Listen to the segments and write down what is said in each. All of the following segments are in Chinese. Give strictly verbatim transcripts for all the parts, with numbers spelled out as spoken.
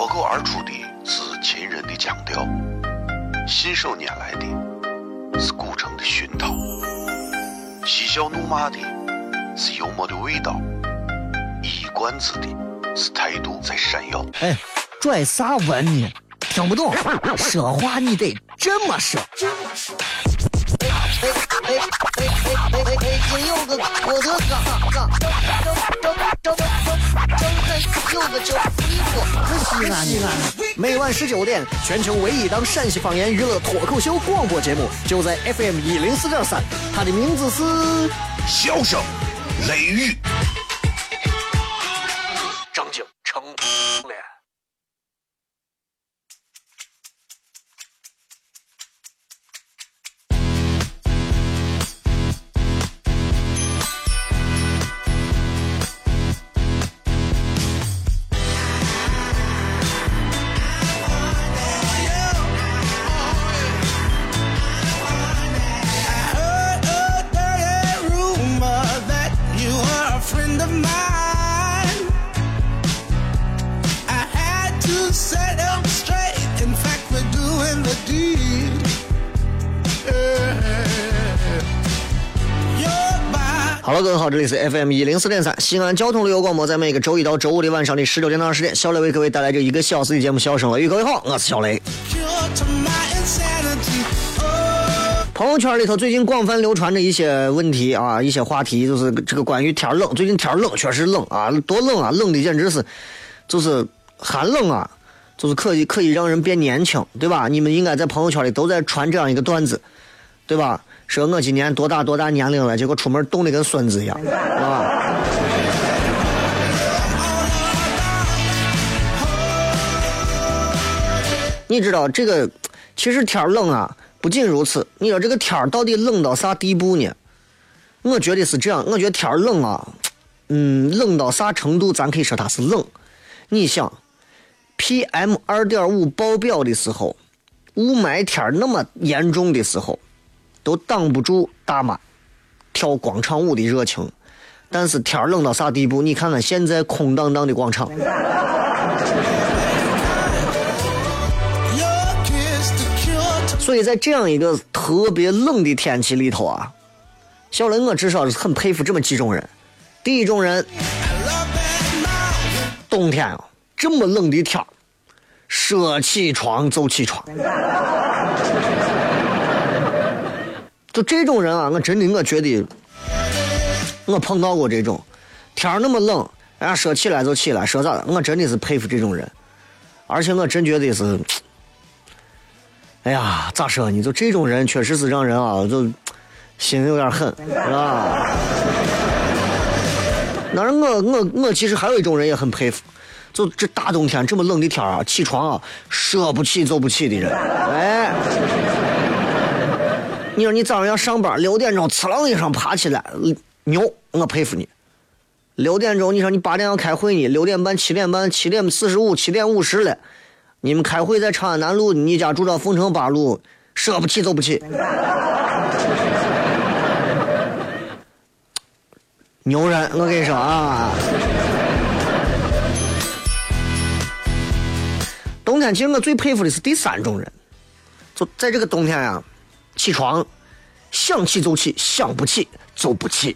口而出的是秦人的腔调，信手拈来的是古城的熏陶，嬉笑怒骂的是幽默的味道，一冠子的是态度在闪耀。 哎，拽啥文呢？听不懂，说话你得这么说。哎哎哎哎哎哎！北京有个我的嘎嘎，张张张张张有个叫衣服，可西安西安。每晚十九点，全球唯一档陕西方言娱乐脱口秀广播节目，就在 F M 一零四点三，它的名字是笑声雷雨。 张景成脸。好了，各位好，这里是 F M 一零四点三西安交通旅游广播，在每个周一到周五的晚上的十九点到二十点，小雷为各位带来这一个小时的节目。笑声了，各位好，我是小雷。朋友圈里头最近广泛流传着一些问题啊，一些话题，就是这个关于天冷，最近天冷确实冷啊，多冷啊，冷的简直是，就是寒冷啊，就是可以可以让人变年轻，对吧？你们应该在朋友圈里都在传这样一个段子，对吧？说我今年多大多大年龄了，结果出门冻得跟孙子一样，啊！你知道这个，其实天冷啊，不仅如此，你说这个天到底冷到啥地步呢？我觉得是这样，我觉得天冷啊，嗯，冷到啥程度，咱可以说它是冷。你想 ，P M 二点五 爆表的时候，雾霾天那么严重的时候。都挡不住大妈跳广场舞的热情，但是天冷到啥地步？你看看现在空荡荡的广场。所以在这样一个特别冷的天气里头啊，小雷我至少是很佩服这么几种人。第一种人，冬天啊这么冷的天，说起床就起床。就这种人啊，我真的我觉得我碰到过这种天那么冷，人家说起来就起来，说咋的，我真的是佩服这种人。而且我真觉得是，哎呀，咋说呢？就这种人确实是让人啊，就心有点狠，是吧？当然我我我其实还有一种人也很佩服，就这大冬天这么冷的天啊，起床啊说不起就不起的人，哎。你说你早上要上班，六点钟呲楞一声爬起来，牛，我佩服你。六点钟，你说你八点要开会呢，六点半、七点半、七点四十五、七点五十了，你们开会在长安南路，你家住到凤城八路，说不起就不起。牛人，我跟你说啊。冬天其实我最佩服的是第三种人，就在这个冬天啊。起床，想起就起，想不起就不起。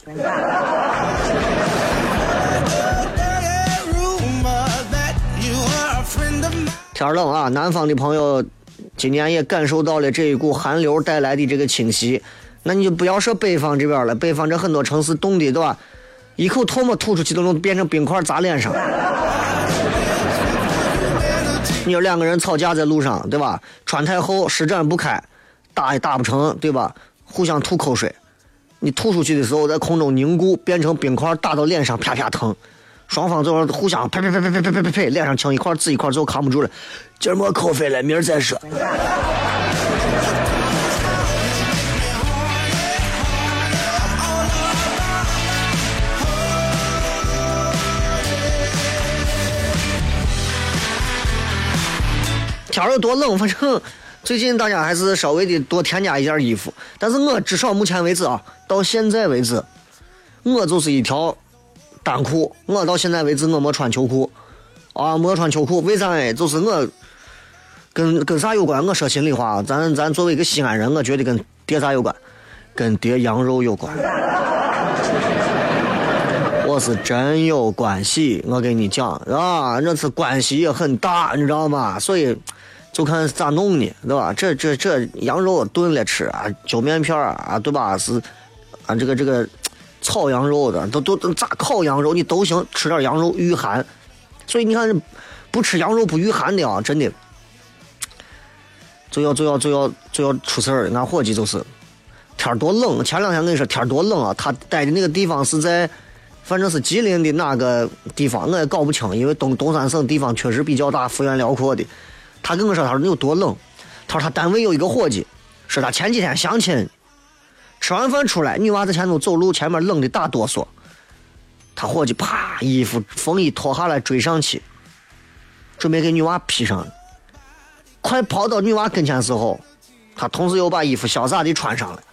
天冷啊，南方的朋友今年也感受到了这一股寒流带来的这个侵袭。那你就不要说北方这边了，北方这很多城市冻的，对吧？一口唾沫吐出去都能变成冰块砸脸上。你有两个人吵架在路上，对吧？穿太厚，施展不开。打也打不成，对吧？互相吐口水，你吐出去的时候在空中凝固，变成冰块打到脸上，啪啪疼。双方就互相呸呸呸呸呸呸呸呸呸，脸上青一块紫一块，最后扛不住了，今儿没口费了，明儿再说。天有多冷，反正。最近大家还是稍微的多添加一件衣服，但是我至少目前为止啊，到现在为止，我就是一条单裤，我到现在为止我没穿秋裤， 啊，没穿秋裤，为啥呢？就是我跟跟啥有关？我说心里话，咱咱作为一个西安人，我觉得跟叠啥有关？跟叠羊肉有关。我是真有关系，我跟你讲啊，那次关系也很大，你知道吗？所以就看咋弄呢，对吧？这这这羊肉炖了吃啊，揪面片啊，对吧？是啊，这个这个炒羊肉的，都都都咋烤羊肉你都行，吃点羊肉御寒。所以你看，不吃羊肉不御寒的啊，真的就要就要就要就要出事儿。俺伙计就是天多冷，前两天跟你说天多冷啊，他待的那个地方是在。反正是吉林的那个地方，我也搞不清，因为东东三省地方确实比较大，幅员辽阔的。他跟我说，他说你有多冷？他说他单位有一个伙计，说他前几天相亲，吃完饭出来，女娃在前头走路，前面冷的打哆嗦。他伙计啪，衣服风一脱下来追上去，准备给女娃披上。快跑到女娃跟前的时候，他同时又把衣服潇洒地穿上了。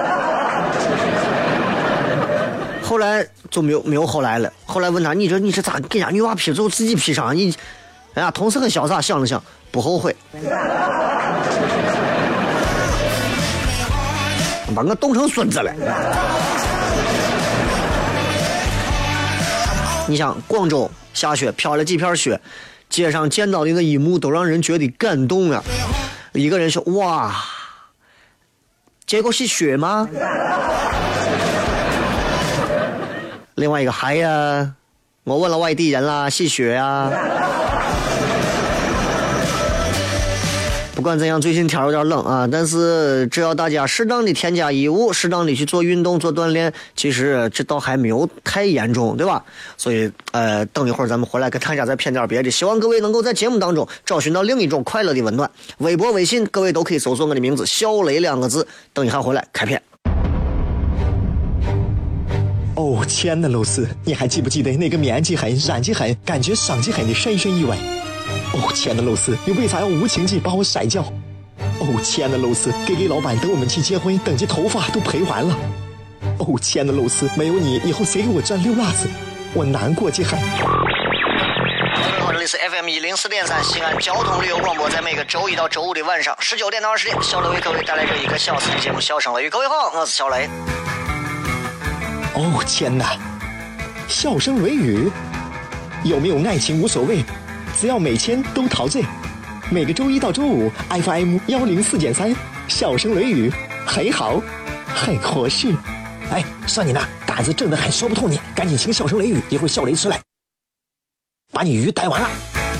后来就没有没有后来了。后来问他，你这你这咋给人家女娃披，最后自己披上？你哎呀，同事很潇洒，想了想，不后悔，把我冻成孙子了。你想，广州下雪，飘了几片雪，街上见到的那一幕都让人觉得感动啊！一个人说：“哇，结果是雪吗？”另外一个嗨呀，我问了外地人啦，是雪呀。不管怎样，最近天有点冷啊，但是只要大家适当的添加衣物，适当的去做运动做锻炼，其实这倒还没有太严重，对吧？所以呃，等一会儿咱们回来跟大家再谝点别的，希望各位能够在节目当中找寻到另一种快乐的温暖。微博微信各位都可以搜索我的名字小雷两个字，等一下回来开片。 哦，亲爱的露丝，你还记不记得那个棉积狠、染剂狠、感觉伤及狠的深深意外？哦，亲爱的露丝，你为啥要无情地把我甩掉？哦，亲爱的露丝，给给老板等我们去结婚，等级头发都赔完了。哦，亲爱的露丝，没有你，以后谁给我赚溜辣子？我难过极狠。各位好，这里是 F M 一零四点三西安交通旅游广播，在每个周一到周五的晚上十九点到二十点，小雷为各位带来这一个小时的节目《笑声雷雨》。各位好，我是小雷。哦天哪，笑声雷雨，有没有爱情无所谓，只要每天都陶醉。每个周一到周五 F M 一零四点三，笑声雷雨，很好，很合适。哎，算你那胆子正的很，说不透你，赶紧请笑声雷雨，一会儿笑雷出来，把你鱼逮完了。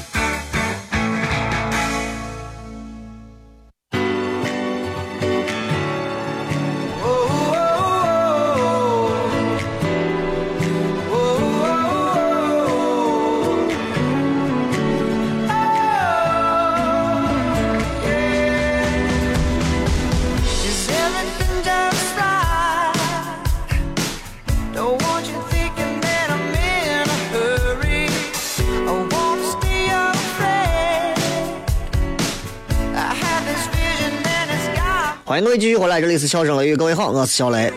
欢迎各位继续回来，这里是笑声雷雨，各位好，我是小雷。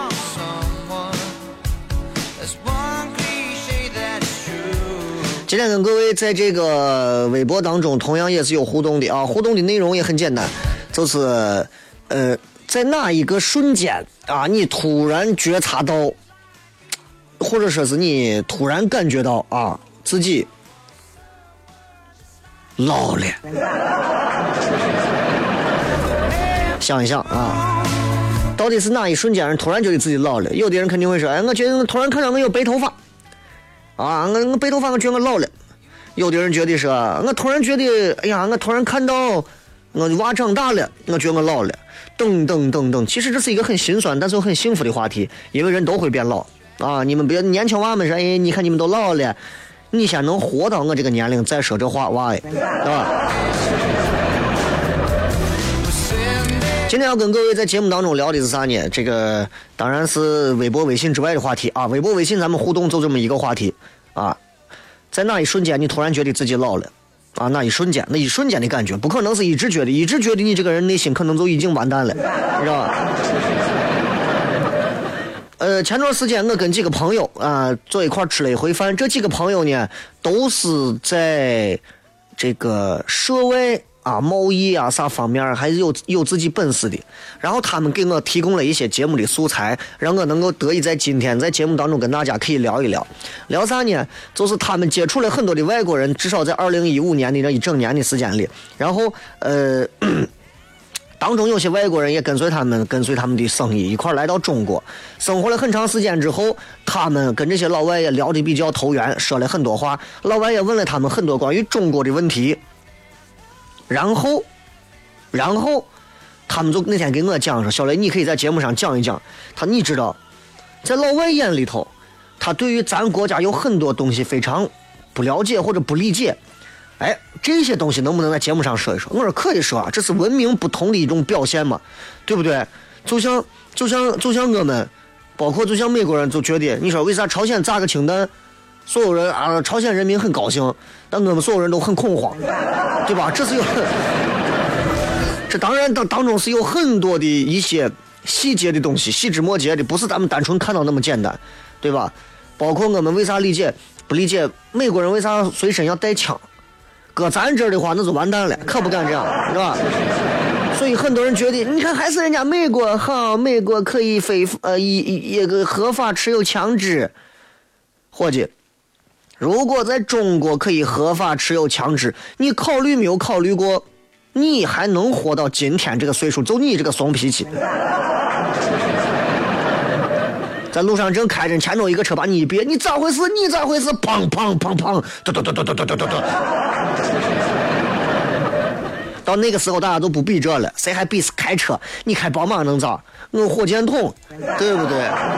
今天跟各位在这个微博当中同样也是有互动的啊，互动的内容也很简单，就是呃，在哪一个瞬间啊，你突然觉察到，或者说是你突然感觉到啊，自己老了。想一想啊，到底是哪一瞬间人突然觉得自己老了？有的人肯定会说，哎，我觉得我突然看到我有白头发啊，我我白头发我觉得我老了。有的人觉得说，我突然觉得，哎呀，我突然看到我的娃长大了，我觉得我老了，等等等等。其实这是一个很心酸但是又很幸福的话题，因为人都会变老啊。你们别年轻娃们说，哎，你看你们都老了，你先能活到我这个年龄再说这话，娃哎，对吧？今天要跟各位在节目当中聊的是啥呢？这个当然是微博微信之外的话题啊。微博微信咱们互动就这么一个话题啊。在那一瞬间你突然觉得自己老了啊，那一瞬间那一瞬间的感觉不可能是一直觉得一直觉得你这个人内心可能就已经完蛋了，你知道吧？ 呃，前段时间我跟几个朋友啊、呃、坐一块吃了一回饭，这几个朋友呢都是在这个涉外啊贸易啊啥方面还是有有自己本事的，然后他们给我提供了一些节目的素材，让我能够得以在今天在节目当中跟大家可以聊一聊。聊啥呢？就是他们接触了很多的外国人，至少在二零一五年的这一整年的时间里，然后呃。当中有些外国人也跟随他们跟随他们的生意一块来到中国生活了很长时间之后，他们跟这些老外也聊得比较投缘，说了很多话，老外也问了他们很多关于中国的问题，然后然后他们就那天给我讲说，小雷你可以在节目上讲一讲，他你知道在老外眼里头，他对于咱国家有很多东西非常不了解或者不理解，哎，这些东西能不能在节目上说一说？我说可以说啊，这是文明不同的一种表现嘛，对不对？就像就像就像我们，包括就像美国人就觉得，你说为啥朝鲜炸个氢弹，所有人啊，朝鲜人民很高兴，但我们所有人都很恐慌，对吧？这是有，这当然当当中是有很多的一些细节的东西，细枝末节的，不是咱们单纯看到那么简单，对吧？包括我们为啥理解不理解美国人为啥随身要带枪？搁咱这儿的话那就完蛋了，可不敢这样，是吧？所以很多人觉得你看还是人家美国好，美国可以非呃一一个合法持有枪支。伙计，如果在中国可以合法持有枪支，你考虑没有考虑过你还能活到今天这个岁数，就你这个怂脾气，在路上正开着，前头一个车把你一别，你咋回事？你咋回事？砰砰砰砰，嘟嘟嘟嘟嘟嘟嘟嘟。到那个时候大家都不比这了，谁还比是开车？你开宝马能咋？我火箭筒，对不对？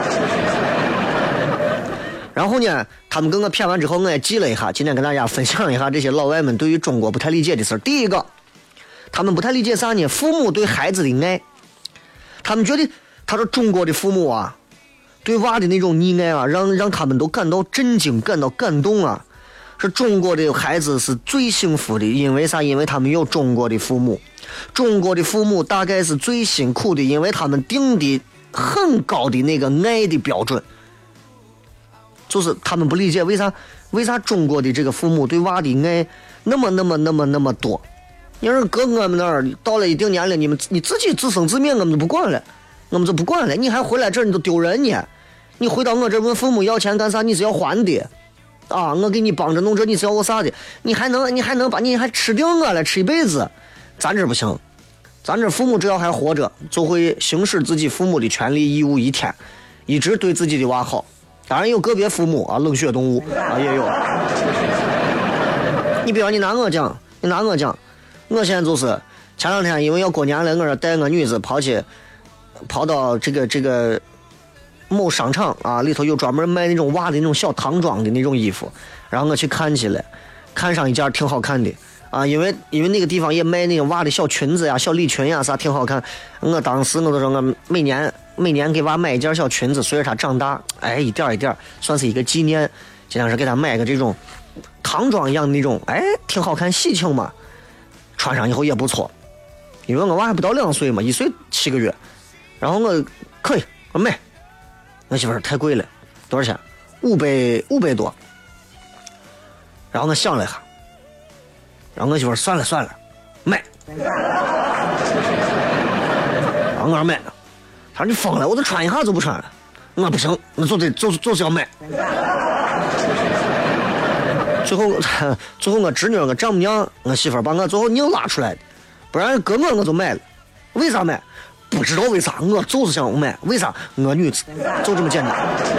然后呢，他们跟我谝完之后，我也记了一下，今天跟大家分享一下这些老外们对于中国不太理解的事儿。第一个，他们不太理解啥呢？父母对孩子的爱，他们觉得他说中国的父母啊。对娃的那种溺爱啊，让让他们都感到震惊，感到感动啊！是中国的孩子是最幸福的，因为啥？因为他们有中国的父母。中国的父母大概是最辛苦的，因为他们定的很高的那个爱的标准，就是他们不理解为啥为啥中国的这个父母对娃的爱那么那么那么那么多。你要是搁我们那儿到了一定年龄，你们你自己自生自灭，我们就不管了。我们就不管了，你还回来这儿你都丢人呢！你回到我这问父母要钱干啥？你是要还的啊！我给你帮着弄这，你是要我啥的？你还能你还能把你还吃掉我了，吃一辈子？咱这不行，咱这父母只要还活着，就会行使自己父母的权利义务一天，一直对自己的娃好。当然有个别父母啊，冷血动物啊也有。你比方你拿我讲，你拿我讲，我现在就是前两天因为要过年了，我这带我女子跑去。跑到这个这个某商场啊，里头有专门卖那种袜的那种小唐装的那种衣服，然后我去看起来，看上一件挺好看的啊，因为因为那个地方也卖那种袜的小裙子呀、小礼裙呀啥挺好看。我当时我都说我每年每年给娃买一件小裙子，随着他长大，哎，一点一点算是一个纪念，尽量是给他买个这种唐装一样的那种，哎，挺好看，喜庆嘛，穿上以后也不错。因为我娃还不到两岁嘛，一岁七个月。然后我可以我买，我媳妇儿太贵了，多少钱？五百五百多。然后我想了一下，然后我媳妇儿算了算了，买。然后我说买了，他说你疯了，我都穿一下就不穿了。我不行，我就得就就是要买。最后最后我侄女我丈母娘我媳妇儿把我最后硬拉出来的，不然搁我我就买了。为啥买？不知道为啥，我就是想买。为啥？我女子就这么简单。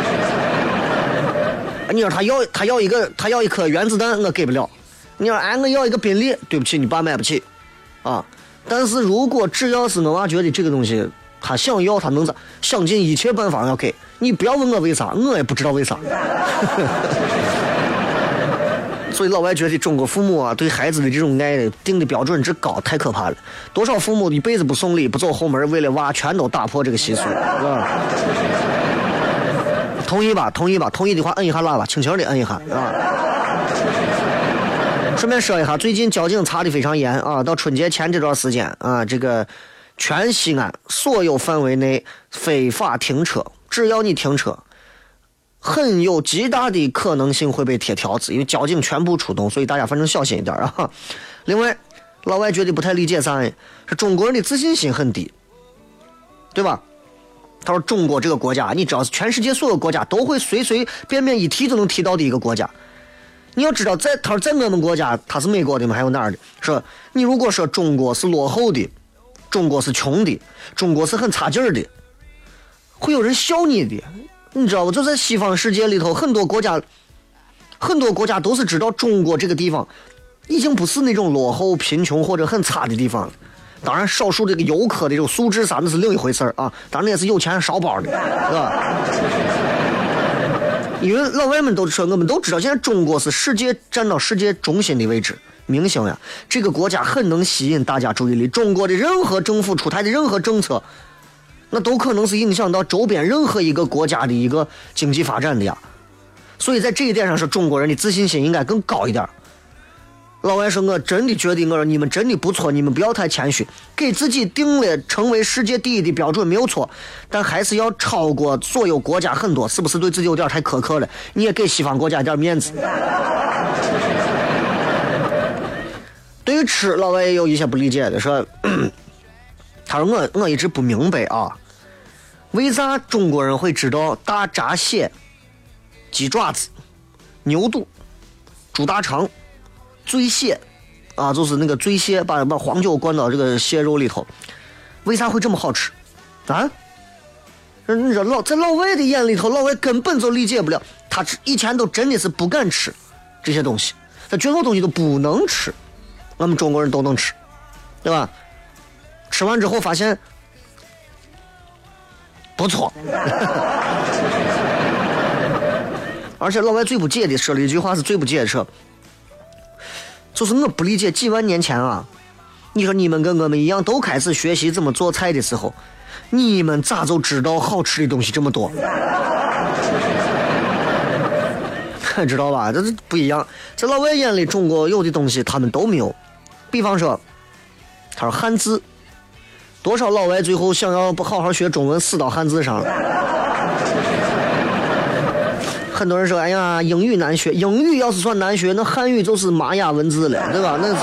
你说他要他要一个他要一颗原子弹，我给不了。你说哎，我要一个宾利，对不起，你爸买不起啊。但是如果只要是我娃觉得这个东西他想要，他能咋想尽一切办法要给你。不要问我为啥，我也不知道为啥。所以老外觉得中国父母啊对孩子的这种爱定的标准之高，太可怕了。多少父母一辈子不送礼不走后门，为了娃全都打破这个习俗，是吧？同意吧？同意吧？同意的话摁一下喇叭，轻轻的摁一下啊。顺便说一下，最近交警查的非常严啊，到春节前这段时间啊，这个全西安所有范围内非法停车只要你停车，很有极大的可能性会被贴条子，因为交警全部出动，所以大家反正小心一点啊。另外，老外觉得不太理解啥，是中国人的自信心很低，对吧？他说中国这个国家，你知道全世界所有国家都会随随便便一提就能提到的一个国家。你要知道，在他说在我们国家，他是美国的吗？还有哪儿的？说你如果说中国是落后的，中国是穷的，中国是很差劲儿的，会有人笑你的。你知道吧？就在西方世界里头，很多国家，很多国家都是知道中国这个地方已经不是那种落后、贫穷或者很差的地方了。当然，少数这个游客的这种素质啥的是另一回事啊。当然也是有钱烧包的，是吧？因为老外们都说，我们都知道，现在中国是世界占到世界中心的位置，明星呀，这个国家很能吸引大家注意力。中国的任何政府出台的任何政策，那都可能是影响到周边任何一个国家的一个经济发展的呀。所以在这一点上，是中国人的自信心应该更高一点。老外说，我真的觉得，我说你们真的不错，你们不要太谦虚，给自己定了成为世界第一的标准没有错，但还是要超过所有国家很多，是不是对自己有点太苛刻了？你也给西方国家一点面子。对于吃，老外也有一些不理解的，说，他说我我一直不明白啊，为啥中国人会知道大闸蟹、鸡爪子、牛肚、猪大肠、醉蟹啊，就是那个醉蟹，把把黄酒灌到这个蟹肉里头，为啥会这么好吃啊？你知道老在老外的眼里头，老外根本就理解不了，他以前都真的是不敢吃这些东西，他觉得东西都不能吃，我们中国人都能吃，对吧？吃完之后发现不错。而且老外最不解的说了一句话，是最不解的说，就是我不理解，几万年前啊，你说你们跟我们一样都开始学习怎么做菜的时候，你们咋就知道好吃的东西这么多？知道吧？这是不一样。在老外眼里，中国有的东西他们都没有。比方说，他说汉字，多少老外最后想要不好好学中文，死到汉字上了。很多人说，哎呀，英语难学，英语要是算难学，那汉语就是玛雅文字了，对吧？那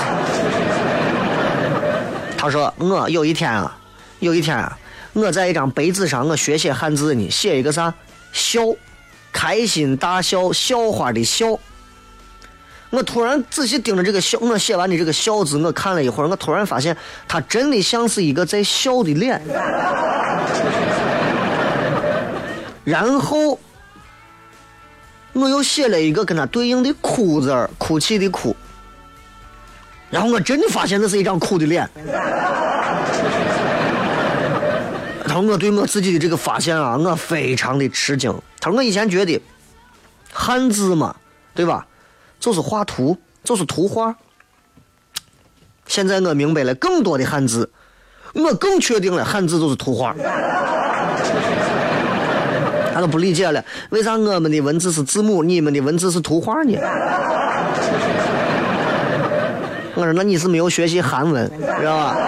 他说，我有一天啊，有一天啊，我在一张杯子上，我学写汉字呢，写一个啥笑，开心大笑，笑话的笑。我突然仔细盯着这个笑，我写完的这个笑字，我看了一会儿，我突然发现，它真的像是一个在笑的脸。然后我又写了一个跟它对应的哭字儿，哭泣的哭。然后我真的发现那是一张哭的脸。他说我对我自己的这个发现啊，我非常的吃惊。他说我以前觉得汉字嘛，对吧，就是画图，就是图画。现在我明白了，更多的汉字，我更确定了汉字就是图画。他都不理解了，为啥我们的文字是字母，你们的文字是图画呢？我说那你是没有学习韩文，知道吧？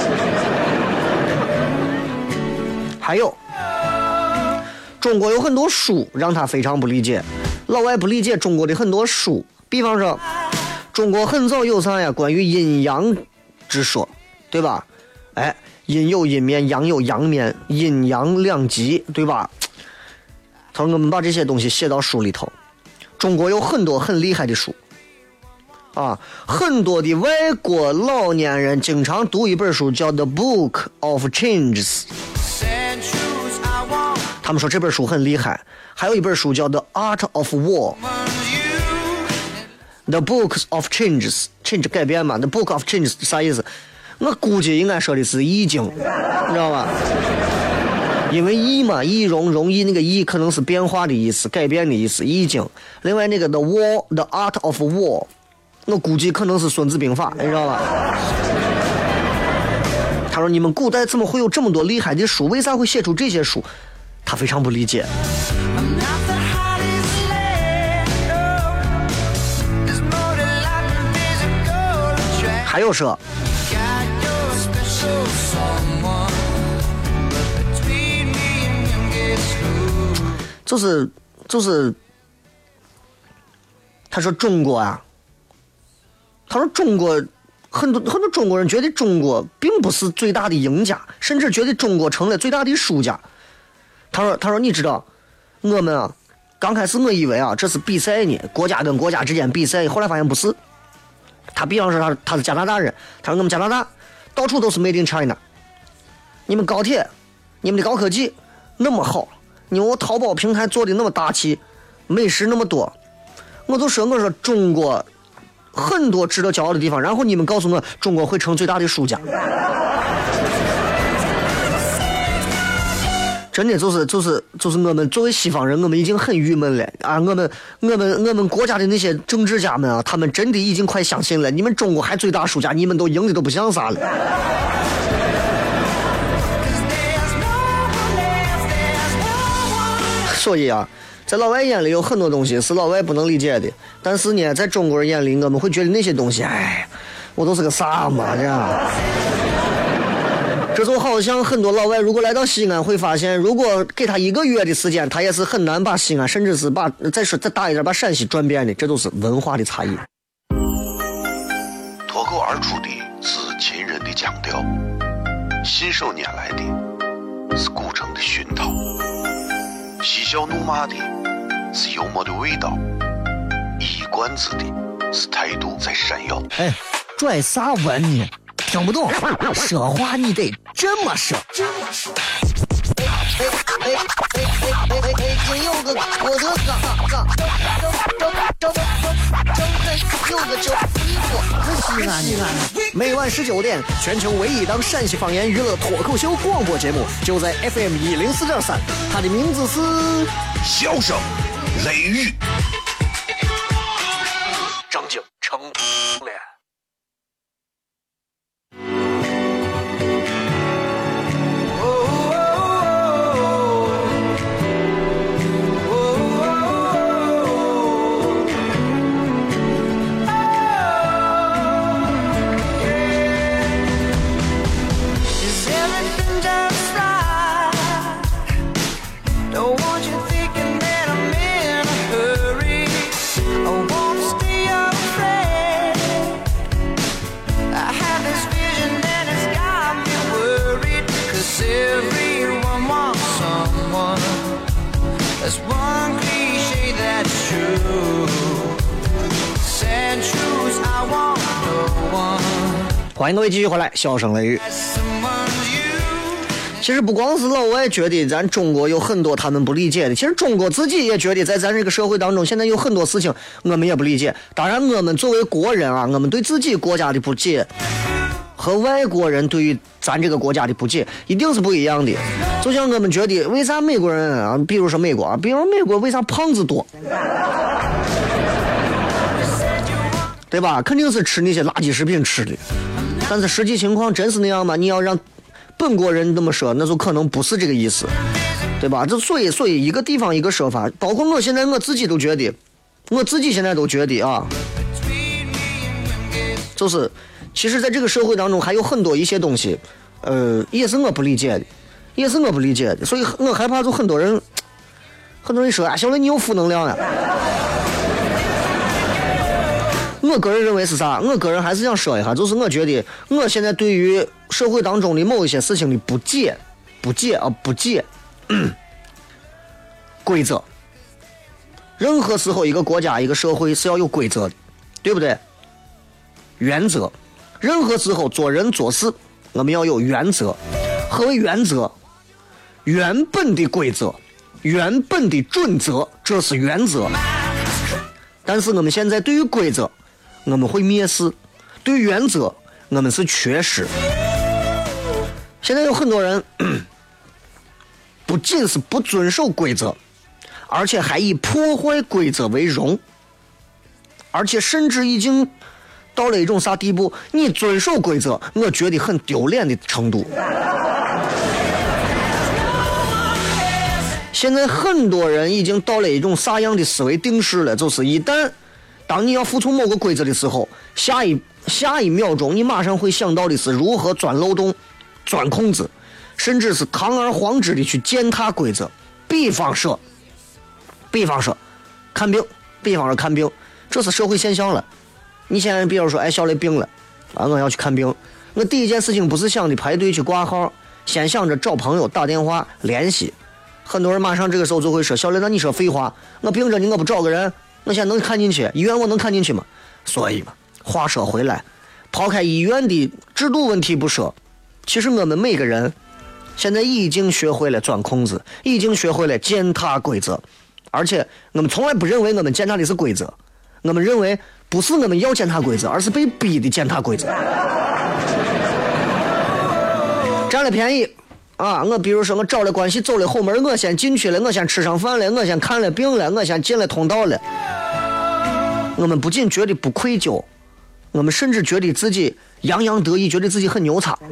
还有，中国有很多书让他非常不理解，老外不理解中国的很多书。比方说，中国很早有啥呀？关于阴阳之说，对吧？哎，阴有阴面，阳有阳面，阴阳两极，对吧？他说我们把这些东西写到书里头。中国有很多很厉害的书啊，很多的外国老年人经常读一本书叫 The Book of Changes， 他们说这本书很厉害。还有一本书叫 The Art of War， The Books of Changes， change 改变嘛， The Book of Changes 啥意思？我估计应该说的是易经，你知道吧？因为易嘛，易容容易，那个易可能是变化的意思，改变的意思，易经。另外那个 The War The Art of War， 我估计可能是孙子兵法，你知道吧？他说你们古代怎么会有这么多厉害的书，为啥会写出这些书？他非常不理解。还有说就是就是，他说中国啊，他说中国很多很多中国人觉得中国并不是最大的赢家，甚至觉得中国成了最大的输家。他说他说你知道，我们啊，刚开始我以为啊这是比赛呢，国家跟国家之间比赛，后来发现不是。他比方说他他是加拿大人，他说我们加拿大到处都是 Made in China， 你们高铁，你们的高科技那么好，你们淘宝平台做的那么大气，美食那么多，我就说我说中国很多值得骄傲的地方，然后你们告诉我中国会成最大的输家。真的就是就是就是我们作为西方人，我们已经很郁闷了啊！我们我们我们国家的那些政治家们啊，他们真的已经快相信了，你们中国还最大输家，你们都赢的都不像啥了。所以啊，在老外眼里有很多东西是老外不能理解的，但是呢，在中国人眼里，我们会觉得那些东西，哎，我都是个啥嘛这样。这就好像很多老外如果来到西安，会发现如果给他一个月的时间，他也是很难把西安，甚至是把再说再大一点把陕西转变的，这都是文化的差异。 脱口而出的是秦人的腔调，信手拈来的是古城的熏陶，嬉笑怒骂的是幽默的味道，一冠子的是态度在闪耀。 哎，拽啥文呢？听不懂，说话你得这么说。 哎哎哎哎哎哎哎！真有个我的嘎嘎，张张张张有个叫逼我，西安西安。每晚十九点，全球唯一档陕西方言娱乐脱口秀广播节目，就在 F M 一零四点三，它的名字是笑声雷雨。 张景成脸。欢迎各位继续回来，笑声雷雨。其实不光是老外觉得咱中国有很多他们不理解的，其实中国自己也觉得在咱这个社会当中，现在有很多事情我们也不理解。当然，我们作为国人啊，我们对自己国家的不解和外国人对于咱这个国家的不解一定是不一样的。就像我们觉得为啥美国人啊，比如说美国啊，比如说美国为啥胖子多？对吧？肯定是吃那些垃圾食品吃的。但是实际情况真是那样吗？你要让本国人这么说，那就可能不是这个意思，对吧？这所以所以一个地方一个说法，包括我现在我自己都觉得，我自己现在都觉得啊，就是其实在这个社会当中还有很多一些东西，呃，也是我不理解的，也是我不理解的，所以我害怕就很多人，很多人说啊，小雷你有负能量呀。我个人认为是啥？我个人还是想说一下，就是我觉得我现在对于社会当中的某一些事情的不解，不解啊，不解。规则，任何时候一个国家一个社会是要有规则的，对不对？原则，任何时候做人做事我们要有原则。何为原则？原本的规则，原本的准则，这是原则。但是我们现在对于规则我们会蔑视，对于原则我们是缺失。现在有很多人不仅是不遵守规则，而且还以破坏规则为荣，而且甚至已经到了一种啥地步，你遵守规则我觉得很丢脸的程度。现在很多人已经到了一种啥样的思维定式了，就是一旦当你要服从某个规则的时候，下一下一秒钟你马上会想到的是如何钻漏洞、钻空子，甚至是堂而皇之的去践踏规则。比方说比方说看病，比方说看病，这是社会现象了。你现在比如说，哎，小雷病了，啊，我要去看病，我第一件事情不是想着排队去挂号，先想着找朋友打电话联系。很多人马上这个时候就会说，小雷，那你说废话，我病着你我不找个人，我现在能看进去医院，我能看进去吗？所以嘛，话说回来，抛开医院的制度问题不说，其实我们每个人现在已经学会了钻空子，已经学会了践踏规则，而且我们从来不认为我们践踏的是规则，我们认为不是我们要践踏规则，而是被逼的践踏规则。占了便宜啊！我比如说我找了关系走了后门，我先进去了，我先吃上饭了，我先看了病了，我先进了通道了。我们不仅觉得不愧疚，我们甚至觉得自己洋洋得意，觉得自己很牛叉。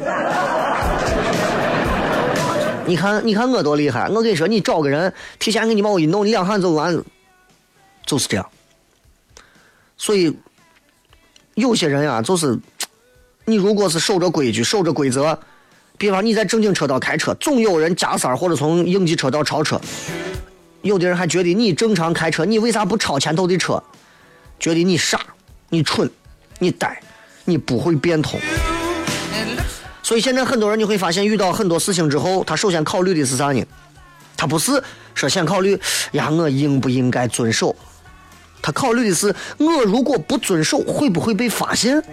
你看，你看我多厉害！我跟你说，你找个人提前给你把我一弄，你两下就完，就是这样。所以有些人啊，就是你如果是守着规矩、守着规则，比方你在正经车道开车，总有人加塞儿或者从应急车道超车，有的人还觉得你正常开车，你为啥不超前头的车？觉得你傻、你蠢、你呆、你不会变通。所以现在很多人你会发现，遇到很多事情之后，他首先考虑的是啥呢？他不是说先考虑呀我应不应该遵守，他考虑的是我如果不遵守会不会被发现，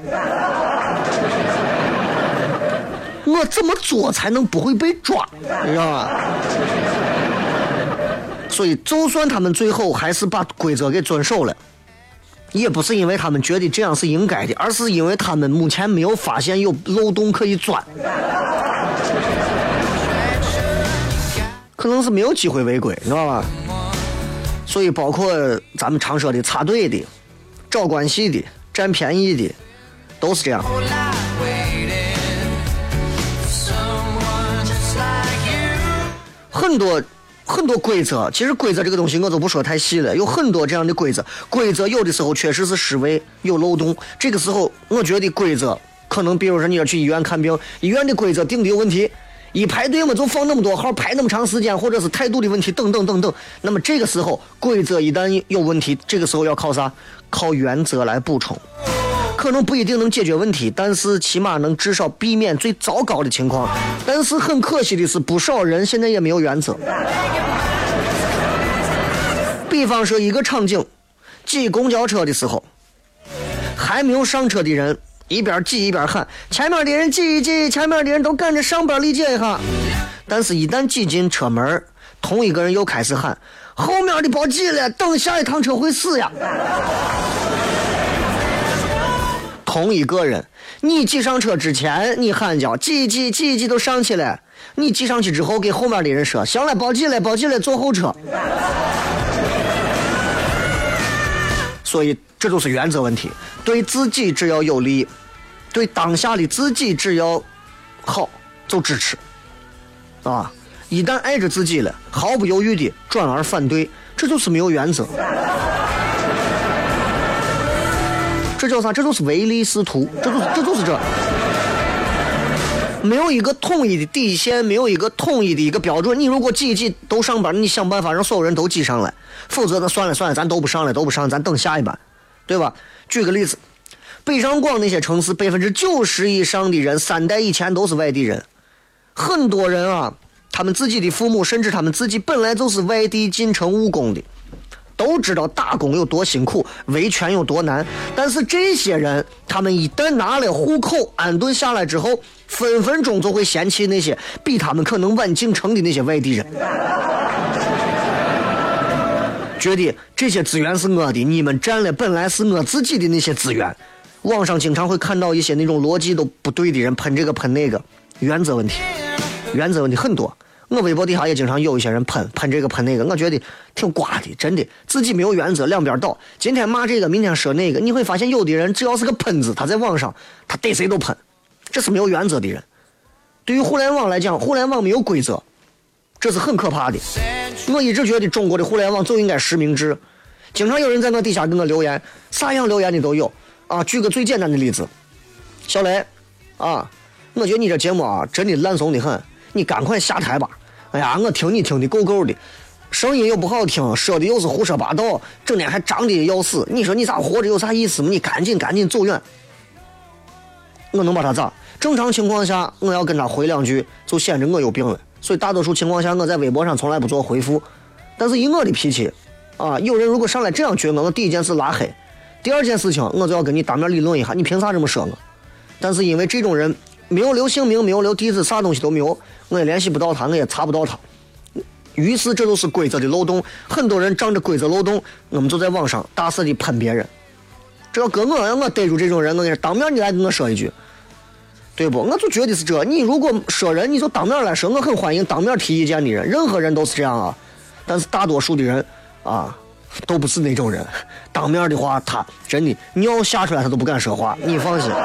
我怎么做才能不会被抓，你知道吗？所以就算他们最后还是把规则给遵守了，也不是因为他们觉得这样是应该的，而是因为他们目前没有发现有漏洞可以钻，可能是没有机会违规，你知道吧？所以包括咱们常说的插队的、找关系的、占便宜的，都是这样。很多很多规则，其实规则这个东西我都不说太细了，有很多这样的规则。规则有的时候确实是失位，有漏洞。这个时候，我觉得规则可能，比如说你要去医院看病，医院的规则定的有问题，一排队嘛就放那么多号，排那么长时间，或者是态度的问题，等等等等。那么这个时候规则一旦有问题，这个时候要靠啥？靠原则来补充。可能不一定能解决问题，但是起码能至少避免最糟糕的情况。但是很可惜的是，不少人现在也没有原则。比方说一个场景，挤公交车的时候，还没有上车的人一边挤一边喊，前面的人挤一挤，前面的人都赶着上班理解一下。但是一旦挤进车门，同一个人又开始喊，后面的别挤了，等下一趟车会死呀。同一个人，你挤上车之前你喊叫挤挤挤挤都上去了，你挤上去之后给后面的人说，行了，别挤了，别挤了，坐后车。所以这就是原则问题，对自己只要有利，对当下的自己只要好就支持啊，一旦爱着自己了，毫不犹豫的转而反对，这就是没有原则。这叫啥？这就是唯利是图，这就是这就是这，没有一个统一的底线，没有一个统一的一个标准。你如果挤一挤都上班，你想办法让所有人都挤上来，否则那算了算了，咱都不上来，都不上，咱等下一班，对吧？举个例子，北上广那些城市，百分之九十以上的人三代以前都是外地人，很多人啊，他们自己的父母，甚至他们自己本来就是外地进城务工的。都知道打工有多辛苦，维权有多难，但是这些人他们一旦拿了户口安顿下来之后，分分钟就会嫌弃那些比他们可能晚进城的那些外地人，觉得这些资源是我的，你们占了本来是我自己的那些资源。网上经常会看到一些那种逻辑都不对的人喷这个喷那个，原则问题原则问题很多。我微博底下也经常有一些人喷喷这个喷那个，我觉得挺瓜的，真的，自己没有原则，两边倒，今天骂这个，明天说那个。你会发现有的人只要是个喷子，他在网上他对谁都喷，这是没有原则的人。对于互联网来讲，互联网没有规则，这是很可怕的。我一直觉得中国的互联网就应该实名制，经常有人在那底下跟我留言，啥样留言的都有啊。举个最简单的例子，小雷啊，我觉得你这节目啊真的烂怂的很，你赶快下台吧！哎呀，我听你听的够够的， 声音又不好听，说的又是胡说八道，整天还长得要死，你说你咋活着有啥意思吗？你赶紧赶紧走远。我能把他咋？正常情况下我要跟他回两句就显得我有病了，所以大多数情况下我在微博上从来不做回复。但是以我的脾气啊，有人如果上来这样撅我，我第一件事拉黑，第二件事情我就要跟你当面理论一下，你凭啥这么说我？但是因为这种人没有留姓名，没有留地址，啥东西都没有，我也联系不到他，我也查不到他，于是这就是规则的漏洞。很多人仗着规则漏洞，我们就在网上大肆的喷别人。这要搁我，让我逮住这种人，我跟你当面你来跟我说一句，对不？我就觉得是这。你如果说人，你就当面来说，我很欢迎当面提意见的人，任何人都是这样啊。但是大多数的人啊，都不是那种人。当面的话，他真的尿下出来他都不敢说话，你放心。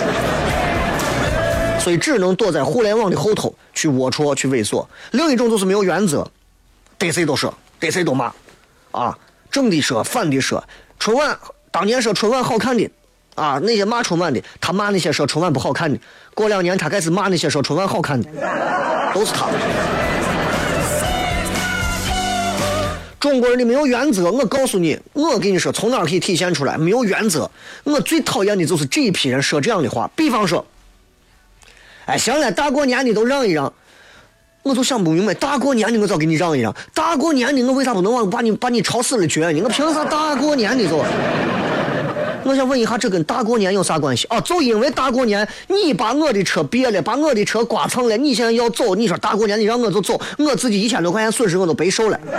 所以只能躲在互联网的后头去龌龊去猥琐。另一种就是没有原则，逮谁都说，逮谁都骂啊，正的说，反的说。春晚当年说春晚好看的啊，那些骂春晚的，他骂那些说春晚不好看的，过两年他开始骂那些说春晚好看的，都是他。中国人的没有原则，我告诉你，我跟你说从哪儿可以体现出来没有原则。我最讨厌的就是这一批人说这样的话，比方说，哎，行了，大过年的都让一让，我就想不明白，大过年的我早给你让一让，大过年的我为啥不能往把你把你吵死了绝你？我凭啥大过年的做？我想问一下，这跟大过年有啥关系啊？就因为大过年你把我的车别了，把我的车刮蹭了，你现在要走，你说大过年你让我就走，我自己一千多块钱损失我都背受了。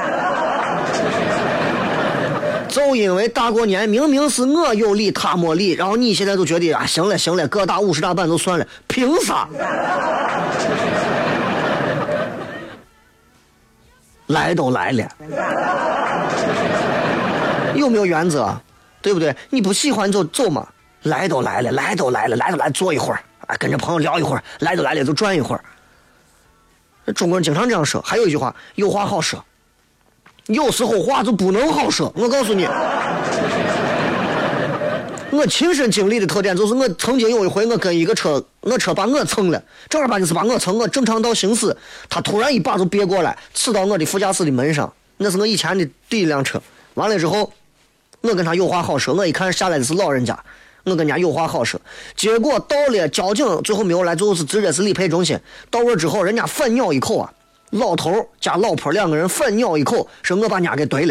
就因为大过年明明是我有理他没理，然后你现在就觉得啊，行了行了，各打五十大板就算了，凭啥？来都来了，有没有原则？对不对？你不喜欢就走嘛。来都来了，来都来了，来都来坐一会儿，啊，跟着朋友聊一会儿，来都来了就转一会儿。中国人经常这样说。还有一句话，有话好说，有时候话就不能好说。我告诉你，我亲身经历的特点就是，我曾经有一回，我跟一个车，我车把我蹭了，正儿八经是把我蹭，我正常道行驶，他突然一把就别过来，刺到我的副驾驶的门上，那是我以前的第一辆车。完了之后，我跟他有话好说，我一看下来的是老人家，我跟人家有话好说，结果到了交警最后没有来，最后是直接是理赔中心。到那之后，人家反咬一口啊，老头加老婆两个人反咬一口，说我把人家给怼了。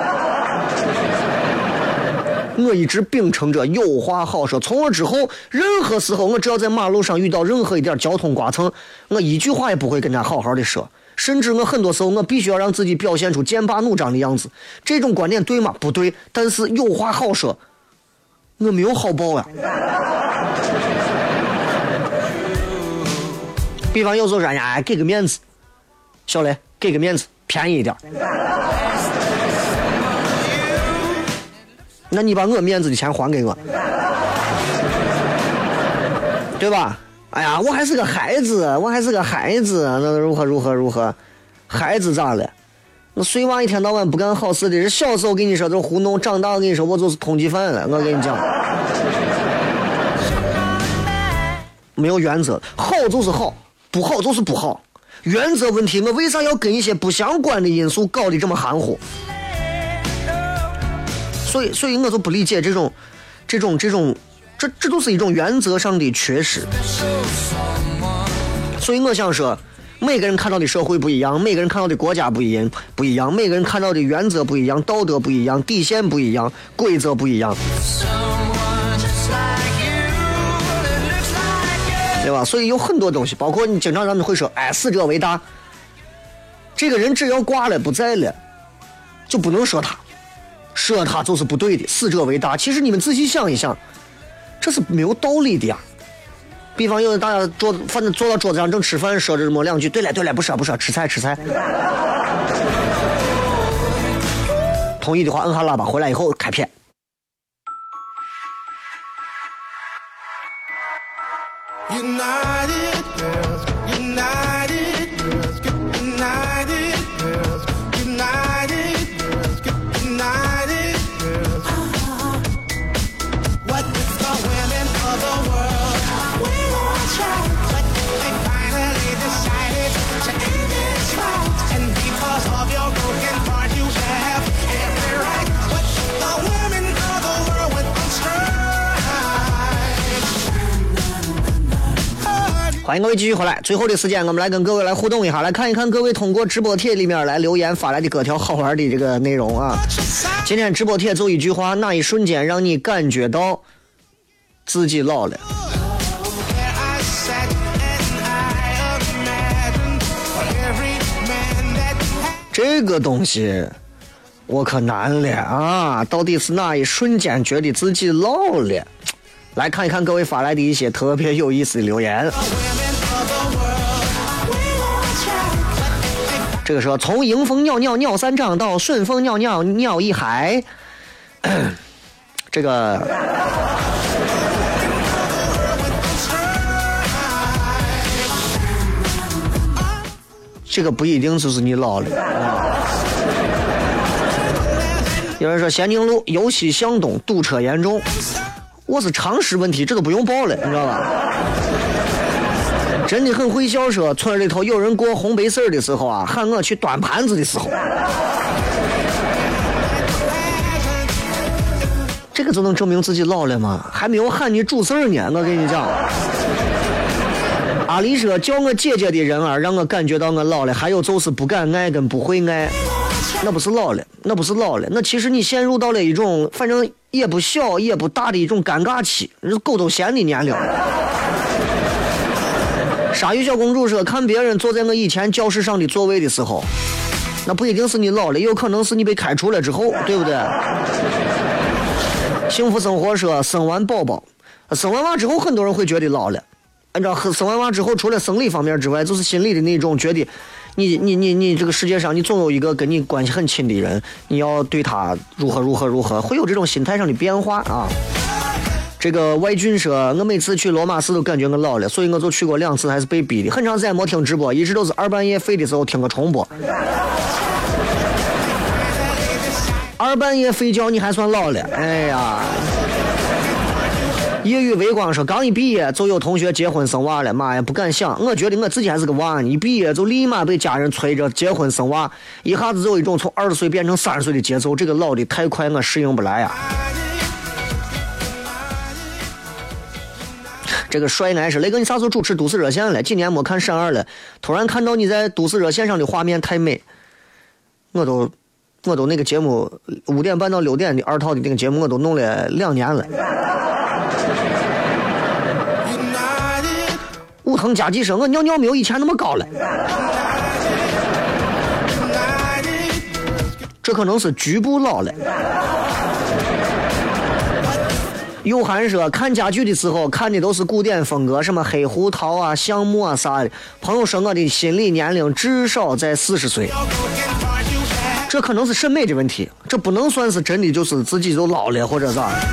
我一直秉承着有话好说，从那之后，任何时候我只要在马路上遇到任何一点交通刮蹭，我一句话也不会跟他好好的说。甚至我很多时候我必须要让自己表现出剑拔弩张的样子。这种观点对吗？不对。但是有话好说，我没有好报呀。比方有时候人家哎给个面子，小雷给个面子，便宜一点。那你把我面子的钱还给我，对吧？哎呀，我还是个孩子，我还是个孩子，那如何如何如何？孩子咋了？那碎娃一天到晚不干好事的，小时候跟你说都是糊弄，长大我跟你说我就是通缉犯了。我跟你讲，没有原则，好就是好，不好就是不好。原则问题，我为啥要跟一些不相关的因素搞得这么含糊？所以，所以我就不理解这种，这种，这种。这这都是一种原则上的缺失，所以我想说，每个人看到的社会不一样，每个人看到的国家不一样，不一样，每个人看到的原则不一样，道德不一样，底线不一样，规则不一样，对吧？所以有很多东西，包括你经常咱们会说，哎，死者为大，这个人只要挂了不在了，就不能说他，说他就是不对的，死者为大。其实你们仔细想一想。这是没有道理的呀！比方有大家坐，反正坐到桌子上正吃饭，说着这么两句，对了对了，不说不说，吃菜吃菜。同意的话摁下喇叭，回来以后开片。United girls, United girls, United girls, United girls, United girls. What is the women of the world? We won't try, but they finally decided to end this fight. And because of your broken 欢迎各位继续回来，最后的时间我们来跟各位来互动一下，来看一看各位通过直播帖里面来留言发来的各条好玩的这个内容啊。今天直播帖就一句话，那一瞬间让你感觉到自己老了。这个东西我可难了啊，到底是哪一瞬间觉得自己老了？来看一看各位发来的一些特别有意思的留言。这个说从迎风尿尿尿三丈到顺风尿尿尿一海，这个这个不一定就是你老了啊。有人说咸宁路由西向东堵车严重，我是常识问题，这都不用报了，你知道吧？真的很会笑，说村里头有人过红白事的时候啊，喊我去端盘子的时候，这个就能证明自己老了吗？还没有喊你主事儿呢，我跟你讲。阿里说叫我姐姐的人啊，让我感觉到我老了，还有就是不敢爱跟不会爱，那不是老了，那不是老了，那其实你陷入到了一种反正也不小也不大的一种尴尬期，狗都嫌的年龄。鲨鱼小公主说看别人坐在我以前教室上的座位的时候，那不一定是你老了，有可能是你被开除了之后，对不对？幸福生活说生完宝宝生完娃之后很多人会觉得老了，按照生完娃之后除了生理方面之外，就是心理的那种觉得你你你你这个世界上你总有一个跟你关系很亲的人，你要对他如何如何如何，会有这种心态上的变化啊。这个外俊说我每次去罗马寺都感觉我老了，所以我就去过两次，还是被逼的，很长时间没听直播，一直都是二半夜睡的时候听个重播。二半夜睡觉你还算老了，哎呀。夜雨微光说刚一毕业就有同学结婚生娃了，妈呀不敢想，我觉得我自己还是个娃，一毕业就立马被家人催着结婚生娃，一下子就有一种从二十岁变成三十岁的节奏，这个老的太快，我适应不来呀。这个帅男是雷哥，你啥时候主持都市热线了？几年没看闪二了，突然看到你在都市热线上的画面太美，我都我都那个节目五点半到六点的二套的那个节目我都弄了两年了。武藤加计生，我尿尿没有以前那么高了，这可能是局部老了。有涵说看家具的时候看的都是古典风格，什么黑胡桃啊橡木啊啥的，朋友说我的心理年龄至少在四十岁，这可能是审美的问题，这不能算是真的就是自己就老了或者啥。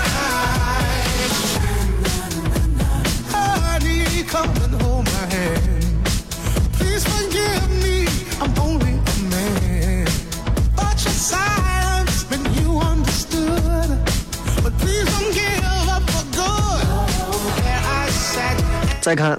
再看，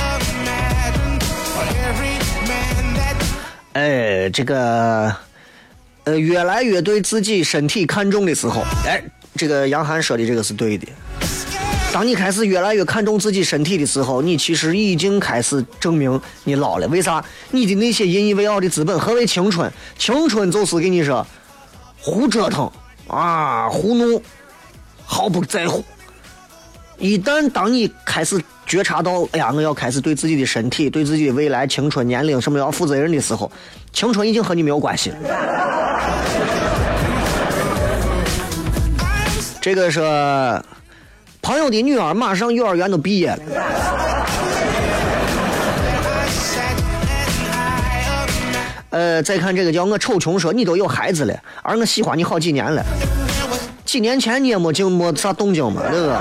哎，这个，呃，越来越对自己身体看重的时候，哎，这个杨涵说的这个是对的。当你开始越来越看重自己身体的时候，你其实已经开始证明你老了。为啥？你的那些引以为傲的资本，何为青春？青春就是给你说，胡折腾啊，胡弄，毫不在乎。一旦当你开始觉察到，哎呀，我要开始对自己的身体、对自己的未来、青春、年龄什么要负责任的时候，青春已经和你没有关系了。这个是朋友的女儿马上幼儿园都毕业了，呃，再看这个叫我丑穷说你都有孩子了，而我喜欢你好几年了，几年前你也没经没啥动静嘛，对吧？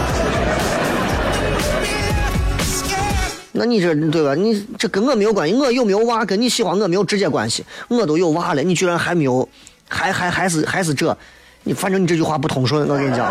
那你这对吧？你这跟我没有关系，我有没有娃跟你喜欢我没有直接关系，我都有娃了，你居然还没有，还还还是还是这，你反正你这句话不通顺，我跟你讲。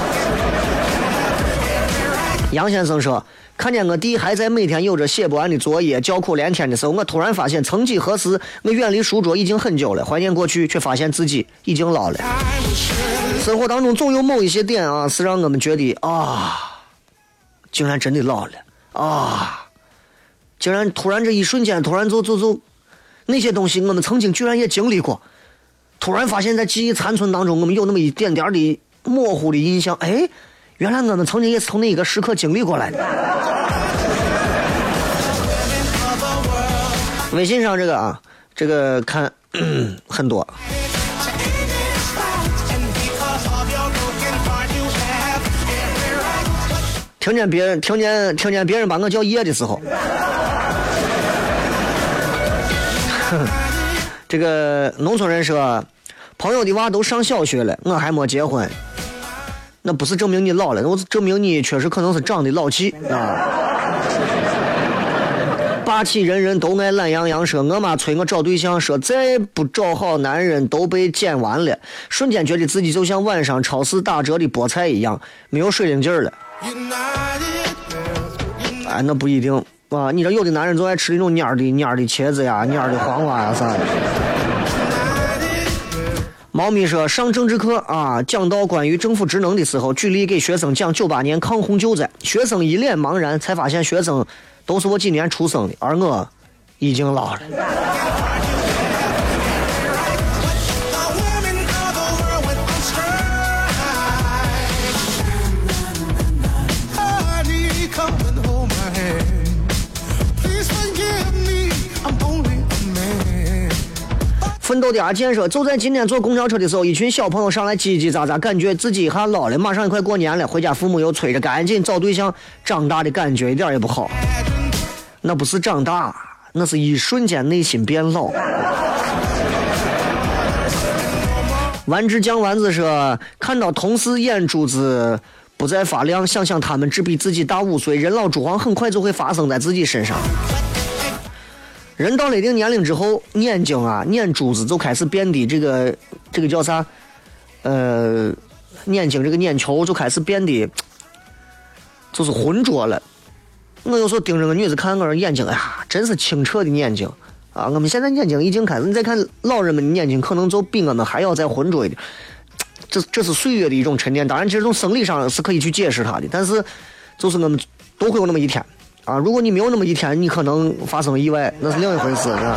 杨先生说，看见我弟还在每天有着写不完的作业，叫苦连天的时候，我突然发现曾几何时我远离书桌已经很久了，怀念过去，却发现自己已经老了。生活当中总有某一些点啊，是让我们觉得啊，竟然真的老了啊，竟然突然这一瞬间，突然就就就那些东西我们曾经居然也经历过，突然发现在记忆残存当中我们有那么一点点的模糊的印象，哎，原来我们曾经也是从那一个时刻经历过来的。微信上这个啊，这个看很多。听见别人听见听见别人把我叫爷的时候，这个农村人说，朋友的娃都上小学了，我还没结婚，那不是证明你老了，那证明你确实可能是长得老气啊。霸气人人都爱懒洋洋说，我妈催我找对象，说再不找好男人都被剪完了，瞬间觉得自己就像晚上超市打折的菠菜一样，没有水灵劲儿了。哎，那不一定啊！你这有的男人总爱吃那种蔫的蔫的茄子呀、蔫的黄瓜呀啥的。猫咪说，上政治课啊，讲到关于政府职能的时候，举例给学生讲九八年抗洪救灾，学生一脸茫然，才发现学生都是我几年出生的，而我已经老了。奋斗的阿健说，就在今天坐公交车的时候，一群小朋友上来叽叽喳喳，感觉自己一下老了，马上也快过年了，回家父母又催着赶紧找对象，长大的感觉一点也不好。那不是长大，那是一瞬间内心变老。丸之江丸子说，看到同事眼珠子不再发亮，想想他们只比自己大五岁，人老珠黄很快就会发生在自己身上。人到了一定年龄之后，眼睛啊、眼珠子就开始变得这个这个叫啥？呃，眼睛这个眼球就开始变得就是浑浊了。我有时候盯着个女子看，我说眼睛，哎呀，真是清澈的眼睛啊！我们现在眼睛已经开始，你再看老人们的眼睛，可能就比我们还要再浑浊一点。这这是岁月的一种沉淀，当然，其实从生理上是可以去解释它的，但是就是我们都会有那么一天。啊，如果你没有那么一天，你可能发生意外，那是另一回事，是吧？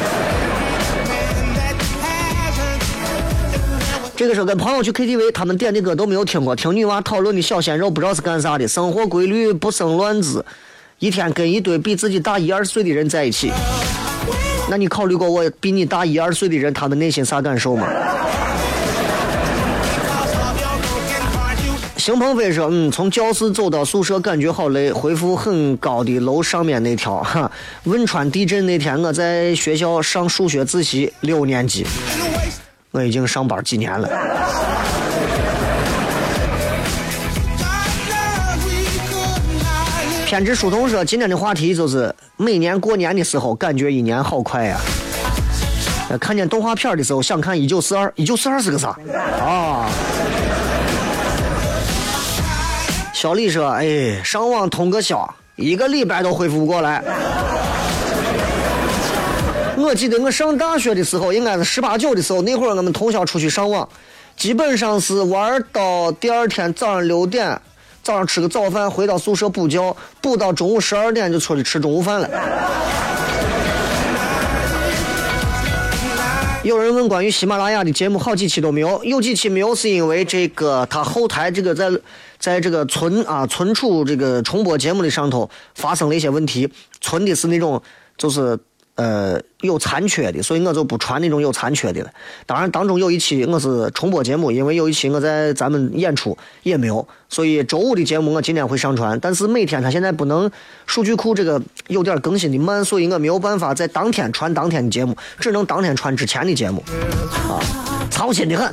这个时候跟朋友去 K T V， 他们点的歌都没有听过，听女娃讨论的小鲜肉不知道是干啥的，生活规律不生乱子，一天跟一堆比自己大一二岁的人在一起，那你考虑过我比你大一二岁的人他们内心啥感受吗？邢鹏飞说，嗯，从教室走到宿舍感觉好累，恢复很高的楼上面那条哈。汶川地震那天，我在学校上数学自习，六年级，我已经上班几年了。偏执书童说，今天的话题就是每年过年的时候，感觉一年好快呀。看见动画片的时候，想看一九四二，一九四二是个啥啊？小李说，哎，上网通个宵，一个礼拜都恢复不过来。我记得我上大学的时候，应该是十八九的时候，那会儿我们通宵出去上网，基本上是玩到第二天早上六点，早上吃个早饭，回到宿舍补觉，补到中午十二点就出去吃中午饭了。有人问关于喜马拉雅的节目好几期都没有，有几期没有是因为这个它后台这个在在这个存啊存储这个重播节目的上头发生了一些问题，存的是那种就是呃有残缺的，所以我就不传那种有残缺的了。当然当中有一期我是重播节目，因为有一期我在咱们演出也没有，所以周五的节目我今天会上传，但是每天它现在不能数据库这个有点更新的慢，所以我没有办法在当天传当天的节目，只能当天传之前的节目啊，操心的很。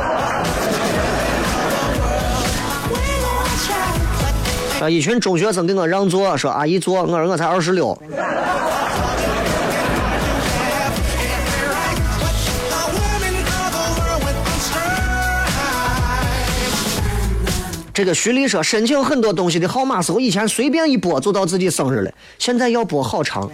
啊！一群中学生给我让座，说阿姨坐，我说我才二十六。这个徐丽说，申请很多东西的号码时候，以前随便一拨就到自己生日了，现在要拨好长。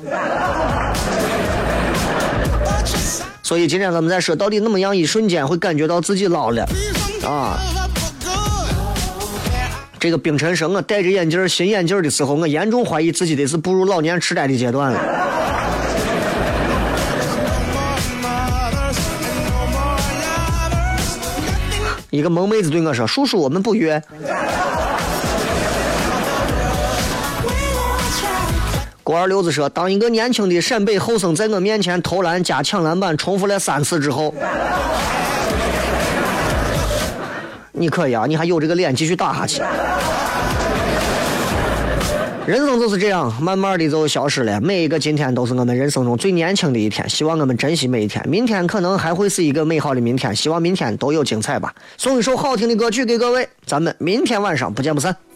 所以今天咱们在说，到底那么样一瞬间会感觉到自己老了啊？ 这个冰晨说，我戴着眼镜新眼镜的时候，我严重怀疑自己得是步入老年痴呆的阶段了。一个萌妹子对我说：“叔叔，我们不约。”郭二六子说：“当一个年轻的陕北后生在我面前投篮加抢篮板重复了三次之后，你可以啊，你还有这个脸继续打下去。”人生就是这样，慢慢的就消失了。每一个今天都是我们人生中最年轻的一天，希望我们珍惜每一天。明天可能还会是一个美好的明天，希望明天都有精彩吧。送一首好听的歌曲给各位，咱们明天晚上不见不散。